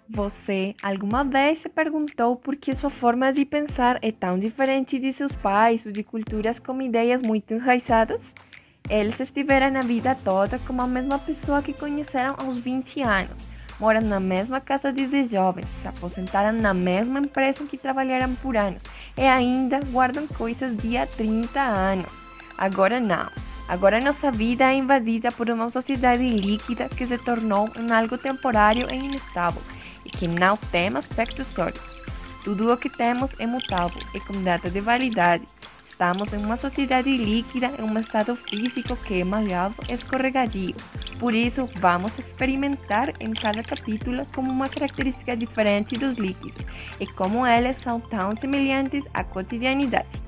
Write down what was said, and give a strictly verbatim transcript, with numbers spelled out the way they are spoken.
Você alguma vez se perguntou por que sua forma de pensar é tão diferente de seus pais ou de culturas com ideias muito enraizadas? Eles estiveram a vida toda como a mesma pessoa que conheceram aos vinte anos, moram na mesma casa desde jovens, se aposentaram na mesma empresa em que trabalharam por anos e ainda guardam coisas de há trinta anos. Agora não. Agora nossa vida é invadida por uma sociedade líquida que se tornou em algo temporário e inestável e que não tem aspecto sólido. Tudo o que temos é mutável e com data de validade. Estamos em uma sociedade líquida, em um estado físico que é maleável e escorregadio. Por isso, vamos experimentar em cada capítulo como uma característica diferente dos líquidos e como eles são tão semelhantes à cotidianidade.